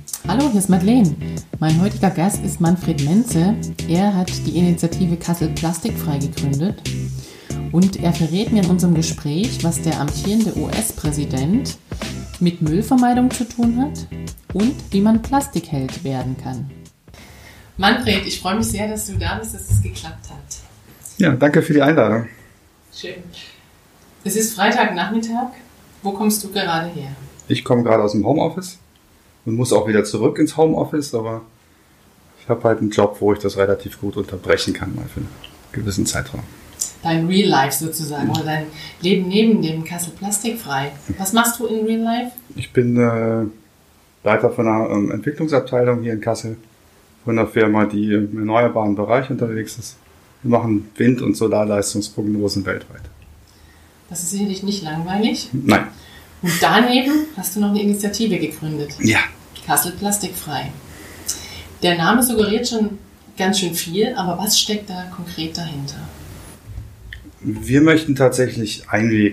Hallo, hier ist Madeleine. Mein heutiger Gast ist Manfred Menze. Er hat die Initiative Kassel Plastikfrei gegründet und er verrät mir in unserem Gespräch, was der amtierende US-Präsident mit Müllvermeidung zu tun hat und wie man Plastikheld werden kann. Manfred, ich freue mich sehr, dass du da bist, dass es geklappt hat. Ja, danke für die Einladung. Schön. Es ist Freitagnachmittag. Wo kommst du gerade her? Ich komme gerade aus dem Homeoffice und muss auch wieder zurück ins Homeoffice, aber ich habe halt einen Job, wo ich das relativ gut unterbrechen kann, mal für einen gewissen Zeitraum. Dein Real Life sozusagen, oder dein Leben neben dem Kassel Plastikfrei. Was machst du in Real Life? Ich bin Leiter von einer Entwicklungsabteilung hier in Kassel, von einer Firma, die im erneuerbaren Bereich unterwegs ist. Wir machen Wind- und Solarleistungsprognosen weltweit. Das ist sicherlich nicht langweilig. Nein. Und daneben hast du noch eine Initiative gegründet. Ja. Kassel Plastikfrei. Der Name suggeriert schon ganz schön viel, aber was steckt da konkret dahinter? Wir möchten tatsächlich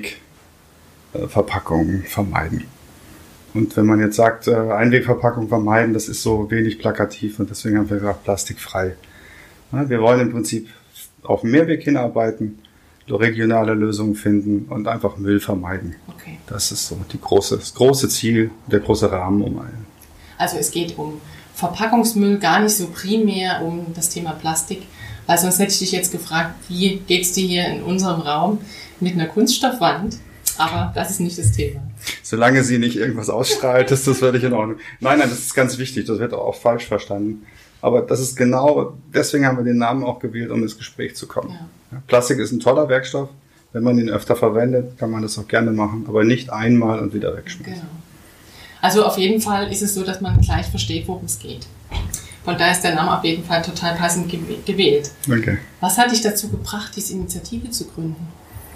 Einwegverpackungen vermeiden. Und wenn man jetzt sagt, Einwegverpackung vermeiden, das ist so wenig plakativ und deswegen haben wir gesagt, plastikfrei. Ja, wir wollen im Prinzip auf den Mehrweg hinarbeiten, regionale Lösungen finden und einfach Müll vermeiden. Okay. Das ist so das große Ziel, der große Rahmen um einen. Also es geht um Verpackungsmüll, gar nicht so primär um das Thema Plastik, weil sonst hätte ich dich jetzt gefragt, wie geht's dir hier in unserem Raum mit einer Kunststoffwand? Aber das ist nicht das Thema. Solange sie nicht irgendwas ausstrahlt, ist das völlig in Ordnung. Nein, das ist ganz wichtig, das wird auch falsch verstanden. Aber das ist genau, deswegen haben wir den Namen auch gewählt, um ins Gespräch zu kommen. Ja. Plastik ist ein toller Werkstoff. Wenn man ihn öfter verwendet, kann man das auch gerne machen, aber nicht einmal und wieder wegschmeißen. Genau. Also auf jeden Fall ist es so, dass man gleich versteht, worum es geht. Von daher ist der Name auf jeden Fall total passend gewählt. Okay. Was hat dich dazu gebracht, diese Initiative zu gründen?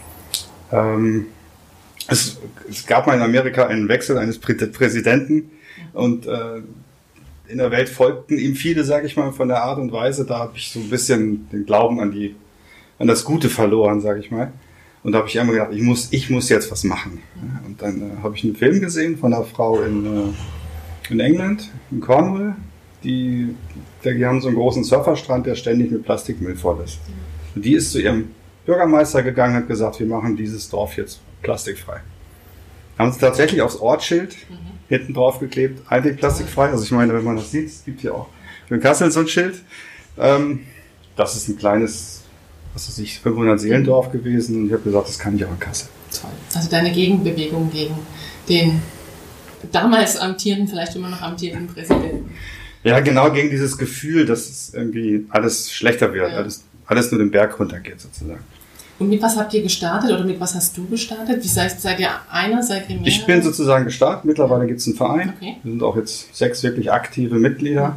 Es gab mal in Amerika einen Wechsel eines Präsidenten und in der Welt folgten ihm viele, sage ich mal, von der Art und Weise. Da habe ich so ein bisschen den Glauben an das Gute verloren, sage ich mal. Und da habe ich immer gedacht, ich muss jetzt was machen. Und dann habe ich einen Film gesehen von einer Frau in England, in Cornwall. Die haben so einen großen Surferstrand, der ständig mit Plastikmüll voll ist. Und die ist zu ihrem Bürgermeister gegangen und hat gesagt, wir machen dieses Dorf jetzt plastikfrei. Haben sie tatsächlich aufs Ortsschild hinten drauf geklebt, eigentlich plastikfrei. Also ich meine, wenn man das sieht, es gibt hier auch für Kassel so ein Schild. Das ist ein kleines, 500 Seelendorf gewesen und ich habe gesagt, das kann ich auch in Kassel. Toll. Also deine Gegenbewegung gegen den damals amtierenden, vielleicht immer noch amtierenden Präsidenten. Ja, genau, gegen dieses Gefühl, dass es irgendwie alles schlechter wird, ja. alles nur den Berg runtergeht sozusagen. Und mit was habt ihr gestartet oder mit was hast du gestartet? Wie seid ihr einer, seid ihr mehr? Ich bin sozusagen gestartet, mittlerweile gibt es einen Verein. Okay. Wir sind auch jetzt 6 wirklich aktive Mitglieder.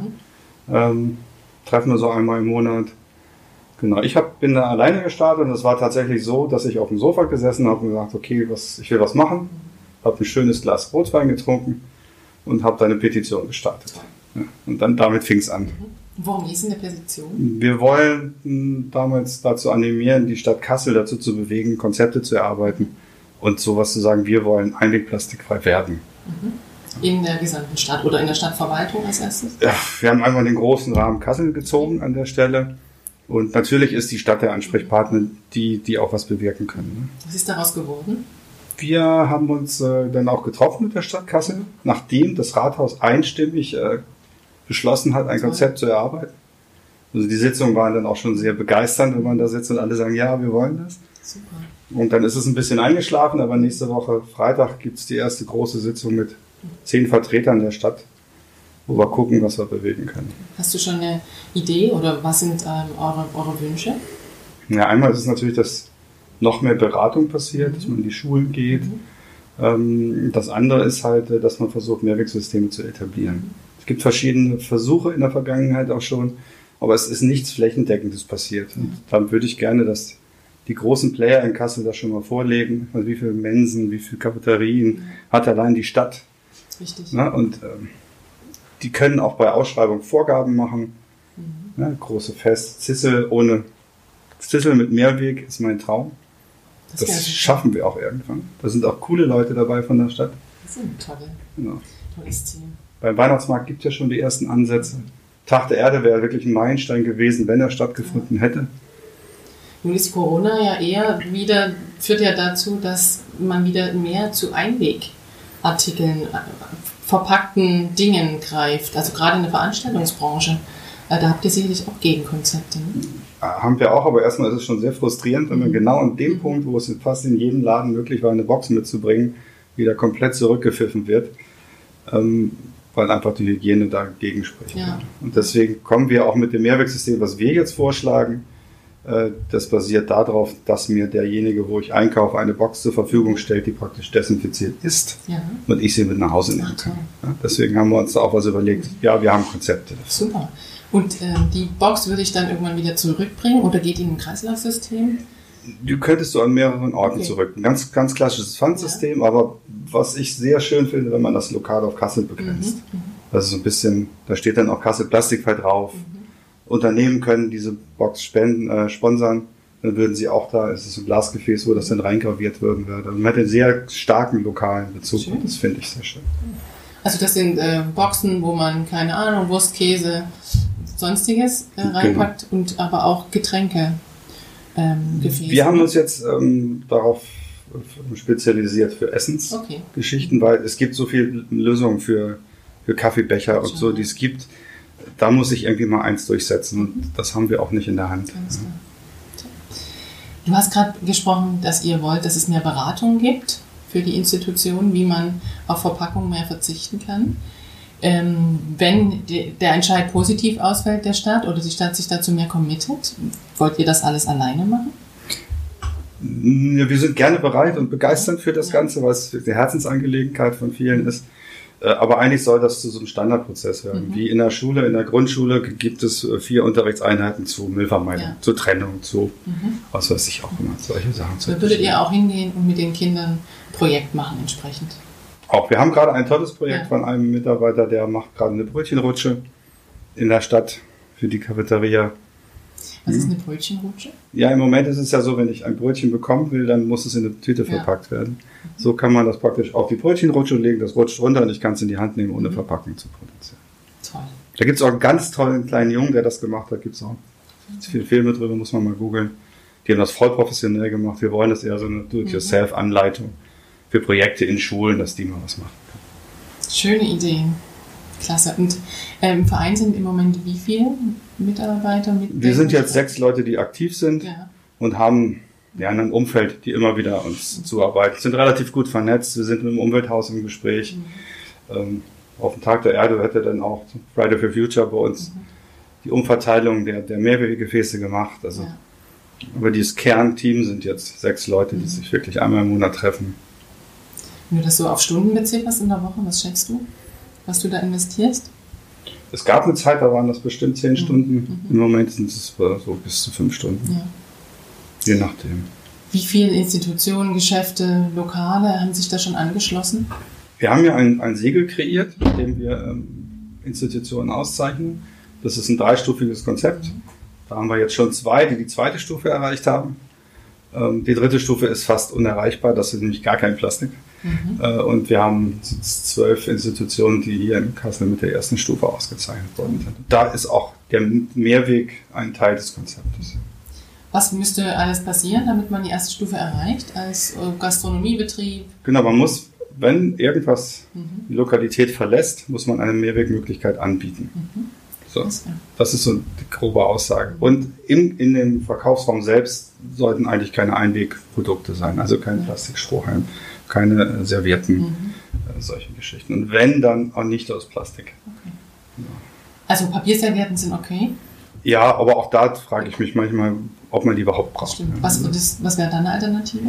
Treffen wir so einmal im Monat. Genau, bin da alleine gestartet und es war tatsächlich so, dass ich auf dem Sofa gesessen habe und gesagt, okay, ich will was machen. Habe ein schönes Glas Rotwein getrunken und habe da eine Petition gestartet. Ja, und dann damit fing es an. Worum geht es in der Petition? Wir wollen damals dazu animieren, die Stadt Kassel dazu zu bewegen, Konzepte zu erarbeiten und sowas zu sagen, wir wollen einwegplastikfrei werden. In der gesamten Stadt oder in der Stadtverwaltung als erstes? Ja, wir haben einmal den großen Rahmen Kassel gezogen an der Stelle und natürlich ist die Stadt der Ansprechpartner, die auch was bewirken können. Ne? Was ist daraus geworden? Wir haben uns dann auch getroffen mit der Stadt Kassel, nachdem das Rathaus einstimmig beschlossen hat, ein Konzept zu erarbeiten. Also die Sitzungen waren dann auch schon sehr begeisternd, wenn man da sitzt und alle sagen, ja, wir wollen das. Super. Und dann ist es ein bisschen eingeschlafen, aber nächste Woche Freitag gibt es die erste große Sitzung mit 10 Vertretern der Stadt, wo wir gucken, was wir bewegen können. Hast du schon eine Idee oder was sind eure Wünsche? Ja, einmal ist es natürlich, dass noch mehr Beratung passiert, dass man in die Schulen geht. Das andere ist halt, dass man versucht, Mehrwegsysteme zu etablieren. Es gibt verschiedene Versuche in der Vergangenheit auch schon, aber es ist nichts Flächendeckendes passiert. Und dann würde ich gerne, dass die großen Player in Kassel das schon mal vorlegen. Also wie viele Mensen, wie viele Cafeterien hat allein die Stadt. Richtig. Ja, und die können auch bei Ausschreibung Vorgaben machen. Ja, große Fest. Zissel mit Mehrweg ist mein Traum. Das schaffen wir auch irgendwann. Da sind auch coole Leute dabei von der Stadt. Das sind tolle. Genau. Tolles Ziel. Beim Weihnachtsmarkt gibt es ja schon die ersten Ansätze. Tag der Erde wäre wirklich ein Meilenstein gewesen, wenn er stattgefunden hätte. Nun ist Corona ja eher wieder, führt ja dazu, dass man wieder mehr zu Einwegartikeln, verpackten Dingen greift. Also gerade in der Veranstaltungsbranche. Da habt ihr sicherlich auch Gegenkonzepte. Ne? Haben wir auch, aber erstmal ist es schon sehr frustrierend, wenn man genau an dem Punkt, wo es fast in jedem Laden möglich war, eine Box mitzubringen, wieder komplett zurückgepfiffen wird, weil einfach die Hygiene dagegen spricht. Ja. Und deswegen kommen wir auch mit dem Mehrwegsystem, was wir jetzt vorschlagen, das basiert darauf, dass mir derjenige, wo ich einkaufe, eine Box zur Verfügung stellt, die praktisch desinfiziert ist und ich sie mit nach Hause nehmen kann. Ja, deswegen haben wir uns da auch was überlegt. Ja, wir haben Konzepte dafür. Super. Und die Box würde ich dann irgendwann wieder zurückbringen oder geht in ein Kreislaufsystem? Du könntest so an mehreren Orten zurück. Ein ganz, ganz klassisches Pfandsystem, aber was ich sehr schön finde, wenn man das lokal auf Kassel begrenzt. Also so ein bisschen, da steht dann auch Kassel plastikfrei drauf. Unternehmen können diese Box sponsern, dann würden sie auch da, es ist ein Glasgefäß, wo das dann reingraviert werden würde. Also man hat einen sehr starken lokalen Bezug und das finde ich sehr schön. Also das sind Boxen, wo man, keine Ahnung, Wurst, Käse, sonstiges reinpackt und aber auch Getränke. Gefäße. Wir haben uns jetzt darauf spezialisiert für Essensgeschichten, weil es gibt so viele Lösungen für Kaffeebecher und so, die es gibt. Da muss ich irgendwie mal eins durchsetzen und das haben wir auch nicht in der Hand. Du hast gerade gesprochen, dass ihr wollt, dass es mehr Beratung gibt für die Institutionen, wie man auf Verpackung mehr verzichten kann. Wenn der Entscheid positiv ausfällt der Stadt oder die Stadt sich dazu mehr committet, wollt ihr das alles alleine machen? Ja, wir sind gerne bereit und begeistert für das Ganze, weil es die Herzensangelegenheit von vielen ist. Aber eigentlich soll das zu so einem Standardprozess werden. Wie in der Schule, in der Grundschule gibt es 4 Unterrichtseinheiten zu Müllvermeidung, zu Trennung, zu was weiß ich auch immer, solche Sachen. Da würdet ihr auch hingehen und mit den Kindern ein Projekt machen entsprechend? Auch, wir haben gerade ein tolles Projekt von einem Mitarbeiter, der macht gerade eine Brötchenrutsche in der Stadt für die Cafeteria. Was ist eine Brötchenrutsche? Ja, im Moment ist es ja so, wenn ich ein Brötchen bekommen will, dann muss es in eine Tüte verpackt werden. So kann man das praktisch auf die Brötchenrutsche legen, das rutscht runter und ich kann es in die Hand nehmen, ohne Verpackung zu produzieren. Toll. Da gibt es auch einen ganz tollen kleinen Jungen, der das gemacht hat. Gibt es auch viele Filme drüber, muss man mal googeln. Die haben das voll professionell gemacht. Wir wollen das eher so eine Do-it-yourself-Anleitung für Projekte in Schulen, dass die mal was machen können. Schöne Ideen. Klasse. Und im Verein sind im Moment wie viele Mitarbeiter? Wir sind jetzt 6 Leute, die aktiv sind und haben ein Umfeld, die immer wieder uns zuarbeiten. Wir sind relativ gut vernetzt. Wir sind mit dem Umwelthaus im Gespräch. Auf dem Tag der Erde hätte dann auch Friday for Future bei uns die Umverteilung der Mehrweggefäße gemacht. Also, aber dieses Kernteam sind jetzt 6 Leute, die sich wirklich einmal im Monat treffen. Wenn du das so auf Stunden bezifferst in der Woche, was schätzt du, was du da investierst? Es gab eine Zeit, da waren das bestimmt 10 Stunden. Im Moment sind es so bis zu 5 Stunden. Ja. Je nachdem. Wie viele Institutionen, Geschäfte, Lokale haben sich da schon angeschlossen? Wir haben ja ein Siegel kreiert, mit dem wir Institutionen auszeichnen. Das ist ein 3-stufiges Konzept. Da haben wir jetzt schon 2, die 2. Stufe erreicht haben. Die 3. Stufe ist fast unerreichbar, das ist nämlich gar kein Plastik. Und wir haben 12 Institutionen, die hier in Kassel mit der 1. Stufe ausgezeichnet worden sind. Da ist auch der Mehrweg ein Teil des Konzeptes. Was müsste alles passieren, damit man die 1. Stufe erreicht als Gastronomiebetrieb? Genau, man muss, wenn irgendwas die Lokalität verlässt, muss man eine Mehrwegmöglichkeit anbieten. So, das ist so die grobe Aussage. Und in dem Verkaufsraum selbst sollten eigentlich keine Einwegprodukte sein, also kein Plastikstrohhalm, keine Servietten, solche Geschichten. Und wenn, dann auch nicht aus Plastik. Okay. Ja. Also Papierservietten sind okay? Ja, aber auch da frage ich mich manchmal, ob man die überhaupt braucht. Stimmt. Was wäre da eine Alternative?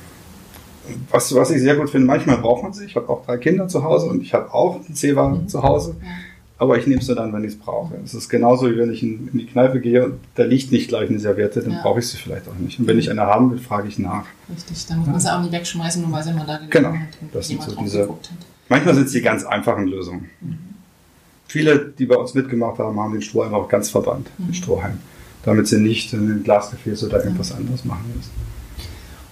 Was ich sehr gut finde, manchmal braucht man sie. Ich habe auch 3 Kinder zu Hause und ich habe auch einen Zewa zu Hause. Ja. Aber ich nehme es nur dann, wenn ich es brauche. Es ist genauso, wie wenn ich in die Kneipe gehe und da liegt nicht gleich eine Serviette, dann brauche ich sie vielleicht auch nicht. Und wenn ich eine haben will, frage ich nach. Richtig, dann muss man sie auch nicht wegschmeißen, nur weil sie mal da gelegen hat. Das sind so diese. Manchmal sind es die ganz einfachen Lösungen. Viele, die bei uns mitgemacht haben, haben den Strohhalm auch ganz verbannt, den Strohhalm. Damit sie nicht in ein Glasgefäß oder irgendwas anderes machen müssen.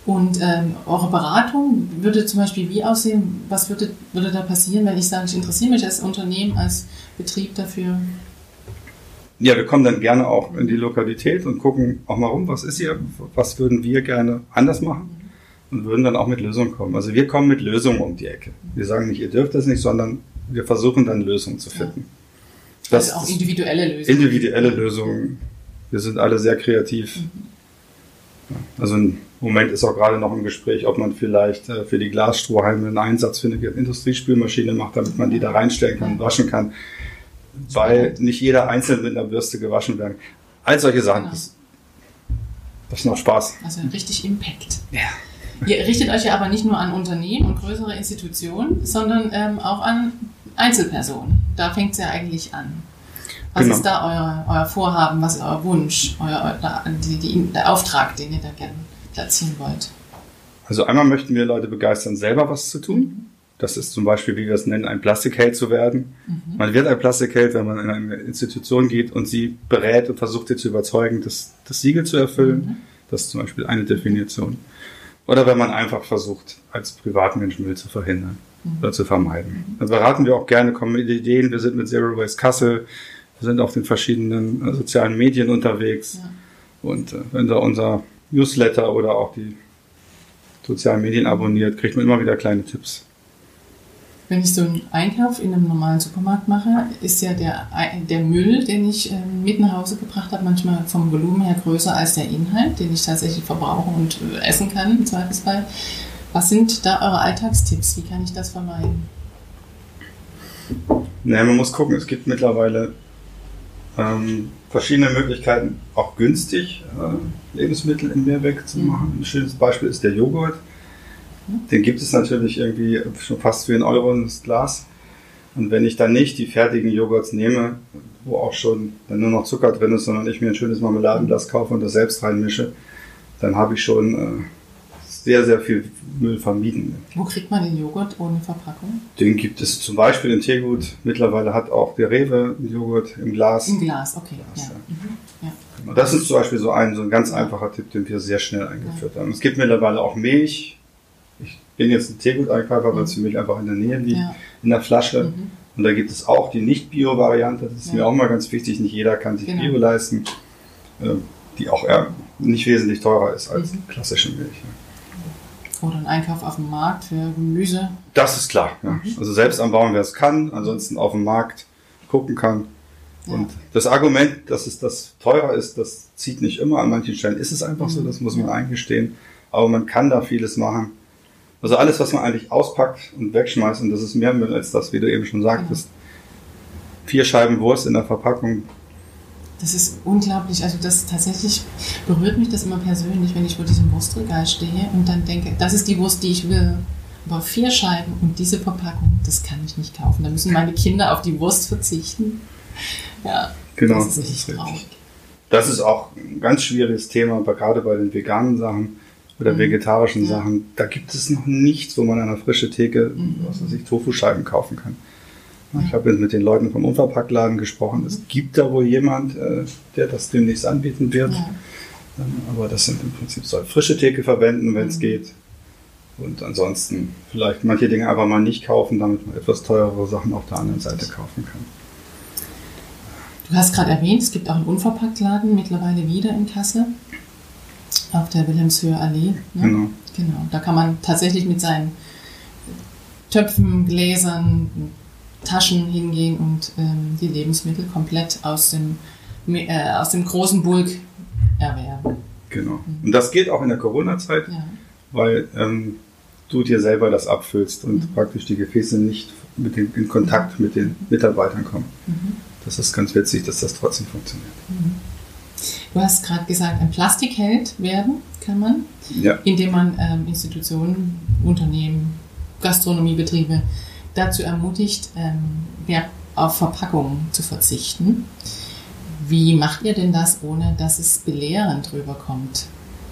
Und eure Beratung würde zum Beispiel wie aussehen? Was würde da passieren, wenn ich sage, ich interessiere mich als Unternehmen, als Betrieb dafür? Ja, wir kommen dann gerne auch in die Lokalität und gucken auch mal rum, was ist hier, was würden wir gerne anders machen und würden dann auch mit Lösungen kommen. Also wir kommen mit Lösungen um die Ecke. Wir sagen nicht, ihr dürft das nicht, sondern wir versuchen dann Lösungen zu finden. Ja. Also auch individuelle Lösungen. Individuelle Lösungen. Wir sind alle sehr kreativ. Also im Moment ist auch gerade noch im Gespräch, ob man vielleicht für die Glasstrohhalme einen Einsatz für eine Industriespülmaschine macht, damit man die da reinstellen kann, waschen kann. Weil nicht jeder einzeln mit einer Bürste gewaschen werden. All solche Sachen, das macht Spaß. Also richtig Impact. Ja. Ihr richtet euch ja aber nicht nur an Unternehmen und größere Institutionen, sondern auch an Einzelpersonen. Da fängt es ja eigentlich an. Was ist da euer Vorhaben, was ist euer Wunsch, der Auftrag, den ihr da gerne platzieren wollt? Also einmal möchten wir Leute begeistern, selber was zu tun. Das ist zum Beispiel, wie wir es nennen, ein Plastikheld zu werden. Man wird ein Plastikheld, wenn man in eine Institution geht und sie berät und versucht, sie zu überzeugen, das Siegel zu erfüllen. Das ist zum Beispiel eine Definition. Oder wenn man einfach versucht, als Privatmensch Müll zu verhindern oder zu vermeiden. Dann beraten wir auch gerne, kommen mit Ideen. Wir sind mit Zero Waste Kassel, wir sind auf den verschiedenen sozialen Medien unterwegs. Ja. Und wenn da unser Newsletter oder auch die sozialen Medien abonniert, kriegt man immer wieder kleine Tipps. Wenn ich so einen Einkauf in einem normalen Supermarkt mache, ist ja der Müll, den ich mit nach Hause gebracht habe, manchmal vom Volumen her größer als der Inhalt, den ich tatsächlich verbrauchen und essen kann, im Zweifelsfall. Was sind da eure Alltagstipps? Wie kann ich das vermeiden? Naja, man muss gucken, es gibt mittlerweile verschiedene Möglichkeiten, auch günstig Lebensmittel in Mehrweg zu machen. Ein schönes Beispiel ist der Joghurt. Den gibt es natürlich irgendwie schon fast für 1 Euro das Glas. Und wenn ich dann nicht die fertigen Joghurts nehme, wo auch schon dann nur noch Zucker drin ist, sondern ich mir ein schönes Marmeladenglas kaufe und das selbst reinmische, dann habe ich schon sehr, sehr viel Müll vermieden. Wo kriegt man den Joghurt ohne Verpackung? Den gibt es zum Beispiel im Teegut. Mittlerweile hat auch der Rewe einen Joghurt im Glas. Im Glas, okay. Ja. Ja. Genau. Das ist zum Beispiel so ein ganz einfacher Tipp, den wir sehr schnell eingeführt haben. Es gibt mittlerweile auch Milch. Ich bin jetzt ein Teegut-Einkäufer, weil es für mich einfach in der Nähe liegt, in der Flasche. Und da gibt es auch die Nicht-Bio-Variante. Das ist mir auch mal ganz wichtig. Nicht jeder kann sich Bio leisten, die auch nicht wesentlich teurer ist als klassische Milch. Oder ein Einkauf auf dem Markt für Gemüse. Das ist klar. Ja. Also selbst anbauen, wer es kann, ansonsten auf dem Markt gucken kann. Ja. Und das Argument, dass es das teurer ist, das zieht nicht immer. An manchen Stellen ist es einfach so, das muss man eingestehen. Aber man kann da vieles machen. Also alles, was man eigentlich auspackt und wegschmeißt, und das ist mehr Müll als das, wie du eben schon sagtest. 4 Scheiben Wurst in der Verpackung. Das ist unglaublich. Also das tatsächlich berührt mich das immer persönlich, wenn ich vor diesem Wurstregal stehe und dann denke, das ist die Wurst, die ich will. Aber 4 Scheiben und diese Verpackung, das kann ich nicht kaufen. Da müssen meine Kinder auf die Wurst verzichten. Ja, genau, das ist echt traurig. Das ist auch ein ganz schwieriges Thema, gerade bei den veganen Sachen oder vegetarischen Sachen. Da gibt es noch nichts, wo man an einer frischen Theke, was weiß ich, Tofu-Scheiben kaufen kann. Ich habe jetzt mit den Leuten vom Unverpacktladen gesprochen. Es gibt da wohl jemand, der das demnächst anbieten wird. Ja. Aber das sind im Prinzip soll frische Theke verwenden, wenn es geht. Und ansonsten vielleicht manche Dinge einfach mal nicht kaufen, damit man etwas teurere Sachen auf der anderen Seite kaufen kann. Du hast gerade erwähnt, es gibt auch einen Unverpacktladen mittlerweile wieder in Kassel. Auf der Wilhelmshöher Allee. Ne? Genau. Da kann man tatsächlich mit seinen Töpfen, Gläsern, Taschen hingehen und die Lebensmittel komplett aus dem großen Bulk erwerben. Genau. Und das geht auch in der Corona-Zeit, weil du dir selber das abfüllst und praktisch die Gefäße nicht in Kontakt mit den Mitarbeitern kommen. Das ist ganz witzig, dass das trotzdem funktioniert. Du hast gerade gesagt, ein Plastikheld werden kann man, indem man Institutionen, Unternehmen, Gastronomiebetriebe dazu ermutigt, auf Verpackungen zu verzichten. Wie macht ihr denn das, ohne dass es belehrend rüberkommt?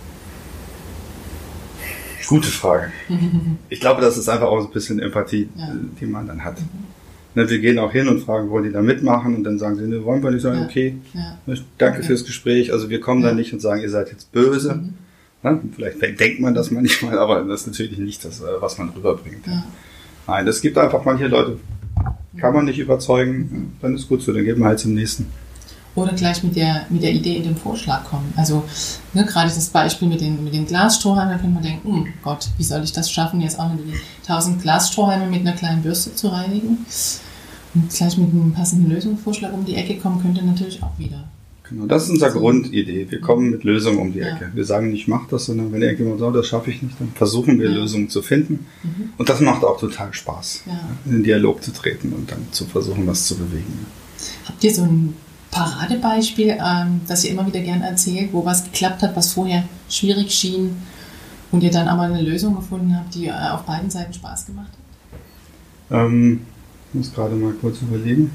Gute Frage. Ich glaube, das ist einfach auch ein bisschen Empathie, die man dann hat. Wir gehen auch hin und fragen, wollen die da mitmachen? Und dann sagen sie, ne, wollen wir nicht. Sagen, okay, danke fürs Gespräch. Also wir kommen dann nicht und sagen, ihr seid jetzt böse, Ne? Vielleicht denkt man das manchmal, aber das ist natürlich nicht das, was man rüberbringt. Ja. Nein, es gibt einfach manche Leute, kann man nicht überzeugen, dann ist gut so, dann geht man halt zum nächsten. Oder gleich mit der Idee in den Vorschlag kommen. Also gerade das Beispiel mit den Glasstrohhalmen, da könnte man denken, oh Gott, wie soll ich das schaffen, jetzt auch noch die 1000 Glasstrohhalme mit einer kleinen Bürste zu reinigen? Und gleich mit einem passenden Lösungsvorschlag um die Ecke kommen, könnte natürlich auch wieder. Genau, das ist unsere Grundidee. Wir kommen mit Lösungen um die Ecke. Wir sagen nicht, mach das, sondern wenn irgendjemand sagt, das schaffe ich nicht, dann versuchen wir Lösungen zu finden. Und das macht auch total Spaß, in den Dialog zu treten und dann zu versuchen, was zu bewegen. Habt ihr so ein Paradebeispiel, das ihr immer wieder gern erzählt, wo was geklappt hat, was vorher schwierig schien und ihr dann aber eine Lösung gefunden habt, die auf beiden Seiten Spaß gemacht hat? Ich muss gerade mal kurz überlegen.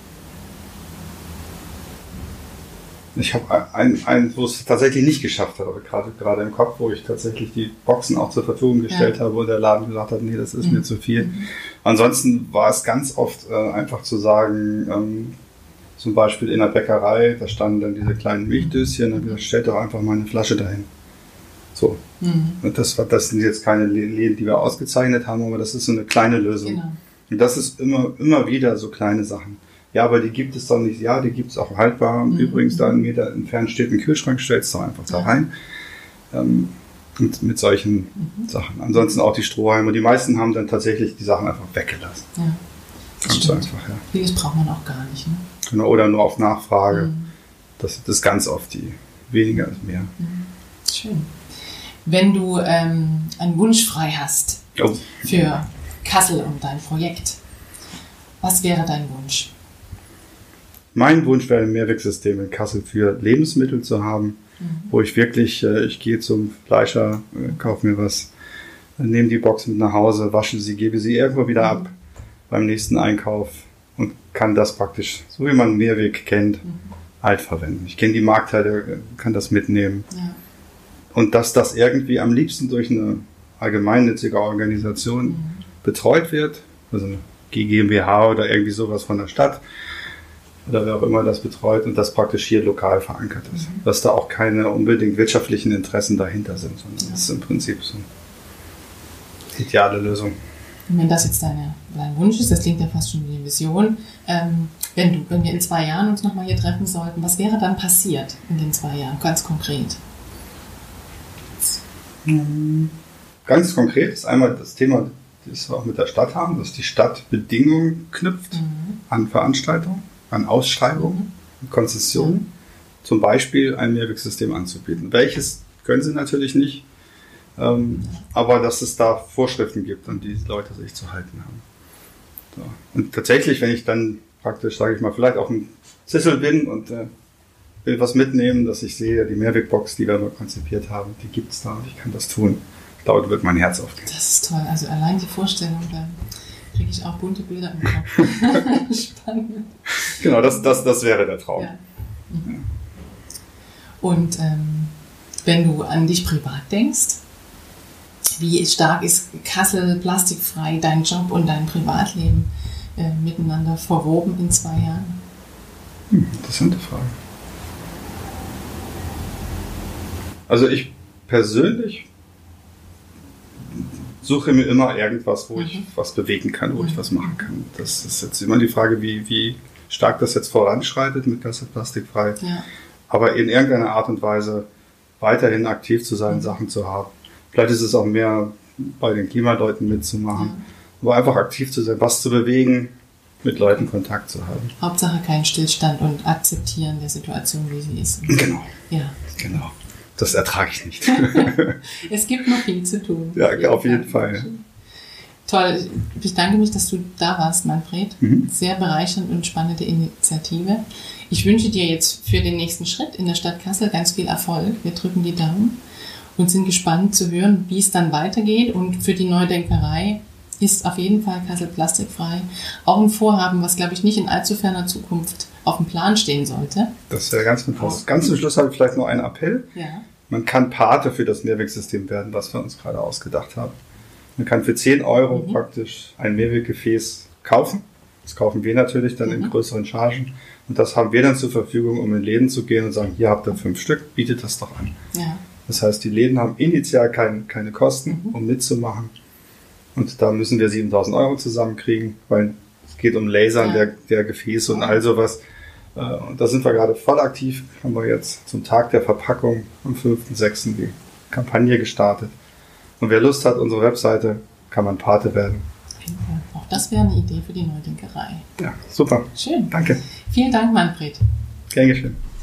Ich habe einen, wo es tatsächlich nicht geschafft hat, aber gerade im Kopf, wo ich tatsächlich die Boxen auch zur Verfügung gestellt habe und der Laden gesagt hat, nee, das ist mir zu viel. Ansonsten war es ganz oft einfach zu sagen, zum Beispiel in der Bäckerei, da standen dann diese kleinen Milchdöschen, dann gesagt, stellt doch einfach mal eine Flasche dahin. So. Und das sind jetzt keine Läden, die wir ausgezeichnet haben, aber das ist so eine kleine Lösung. Genau. Und das ist immer wieder so kleine Sachen. Ja, aber die gibt es doch nicht. Ja, die gibt es auch haltbar. Übrigens, da 1 Meter entfernt steht ein Kühlschrank, stellst du einfach da rein. Und mit solchen Sachen. Ansonsten auch die Strohhalme. Die meisten haben dann tatsächlich die Sachen einfach weggelassen. Ja, das stimmt. Einfach, ja. Vieles braucht man auch gar nicht. Ne? Genau, oder nur auf Nachfrage. Das ist ganz oft die weniger ist mehr. Schön. Wenn du einen Wunsch frei hast für Kassel und dein Projekt, was wäre dein Wunsch? Mein Wunsch wäre, ein Mehrwegsystem in Kassel für Lebensmittel zu haben, wo ich wirklich, ich gehe zum Fleischer, kaufe mir was, nehme die Box mit nach Hause, wasche sie, gebe sie irgendwo wieder ab beim nächsten Einkauf und kann das praktisch, so wie man einen Mehrweg kennt, halt verwenden. Ich kenne die Marktteile, kann das mitnehmen. Ja. Und dass das irgendwie am liebsten durch eine allgemeinnützige Organisation betreut wird, also eine GmbH oder irgendwie sowas von der Stadt, oder wer auch immer das betreut und das praktisch hier lokal verankert ist. Dass da auch keine unbedingt wirtschaftlichen Interessen dahinter sind, sondern das ist im Prinzip so eine ideale Lösung. Und wenn das jetzt dein Wunsch ist, das klingt ja fast schon wie eine Vision, wenn wir in 2 Jahren uns nochmal hier treffen sollten, was wäre dann passiert in den 2 Jahren, ganz konkret? Ganz konkret ist einmal das Thema, das wir auch mit der Stadt haben, dass die Stadt Bedingungen knüpft an Veranstaltungen, an Ausschreibungen, Konzessionen, zum Beispiel ein Mehrwegsystem anzubieten. Welches können sie natürlich nicht, aber dass es da Vorschriften gibt, an die Leute sich zu halten haben. So. Und tatsächlich, wenn ich dann praktisch, sage ich mal, vielleicht auf dem Zissel bin und will was mitnehmen, dass ich sehe, die Mehrwegbox, die wir mal konzipiert haben, die gibt es da und ich kann das tun. Ich glaube, da wird mein Herz aufgehen. Das ist toll. Also allein die Vorstellung, da kriege ich auch bunte Bilder im Kopf. Spannend. Genau, das wäre der Traum. Ja. Und wenn du an dich privat denkst, wie stark ist Kassel plastikfrei, dein Job und dein Privatleben miteinander verwoben in 2 Jahren? Interessante Frage. Also ich persönlich suche mir immer irgendwas, wo ich was bewegen kann, wo ich was machen kann. Das ist jetzt immer die Frage, wie stark das jetzt voranschreitet mit Kassel plastikfrei. Ja. Aber in irgendeiner Art und Weise weiterhin aktiv zu sein, Sachen zu haben. Vielleicht ist es auch mehr bei den Klimaleuten mitzumachen. Ja. Aber einfach aktiv zu sein, was zu bewegen, mit Leuten Kontakt zu haben. Hauptsache kein Stillstand und akzeptieren der Situation, wie sie ist. Genau. Ja. Genau. Das ertrage ich nicht. Es gibt noch viel zu tun. Ja, auf jeden Fall. Toll. Ich bedanke mich, dass du da warst, Manfred. Sehr bereichernd und spannende Initiative. Ich wünsche dir jetzt für den nächsten Schritt in der Stadt Kassel ganz viel Erfolg. Wir drücken die Daumen und sind gespannt zu hören, wie es dann weitergeht. Und für die Neudenkerei ist auf jeden Fall Kassel plastikfrei auch ein Vorhaben, was, glaube ich, nicht in allzu ferner Zukunft auf dem Plan stehen sollte. Das wäre ganz fantastisch. Ganz zum Schluss habe ich vielleicht noch einen Appell. Ja. Man kann Pate für das Mehrwegsystem werden, was wir uns gerade ausgedacht haben. Man kann für 10 Euro praktisch ein Mehrweggefäß kaufen. Das kaufen wir natürlich dann in größeren Chargen. Und das haben wir dann zur Verfügung, um in Läden zu gehen und sagen, hier habt ihr 5 Stück, bietet das doch an. Ja. Das heißt, die Läden haben initial keine Kosten, um mitzumachen. Und da müssen wir 7.000 Euro zusammenkriegen, weil es geht um Lasern der Gefäße und all sowas. Und da sind wir gerade voll aktiv. Haben wir jetzt zum Tag der Verpackung am 5.6. die Kampagne gestartet. Und wer Lust hat, unsere Webseite, kann man Pate werden. Auch das wäre eine Idee für die Neudinkerei. Ja, super. Schön. Danke. Vielen Dank, Manfred. Gern geschehen.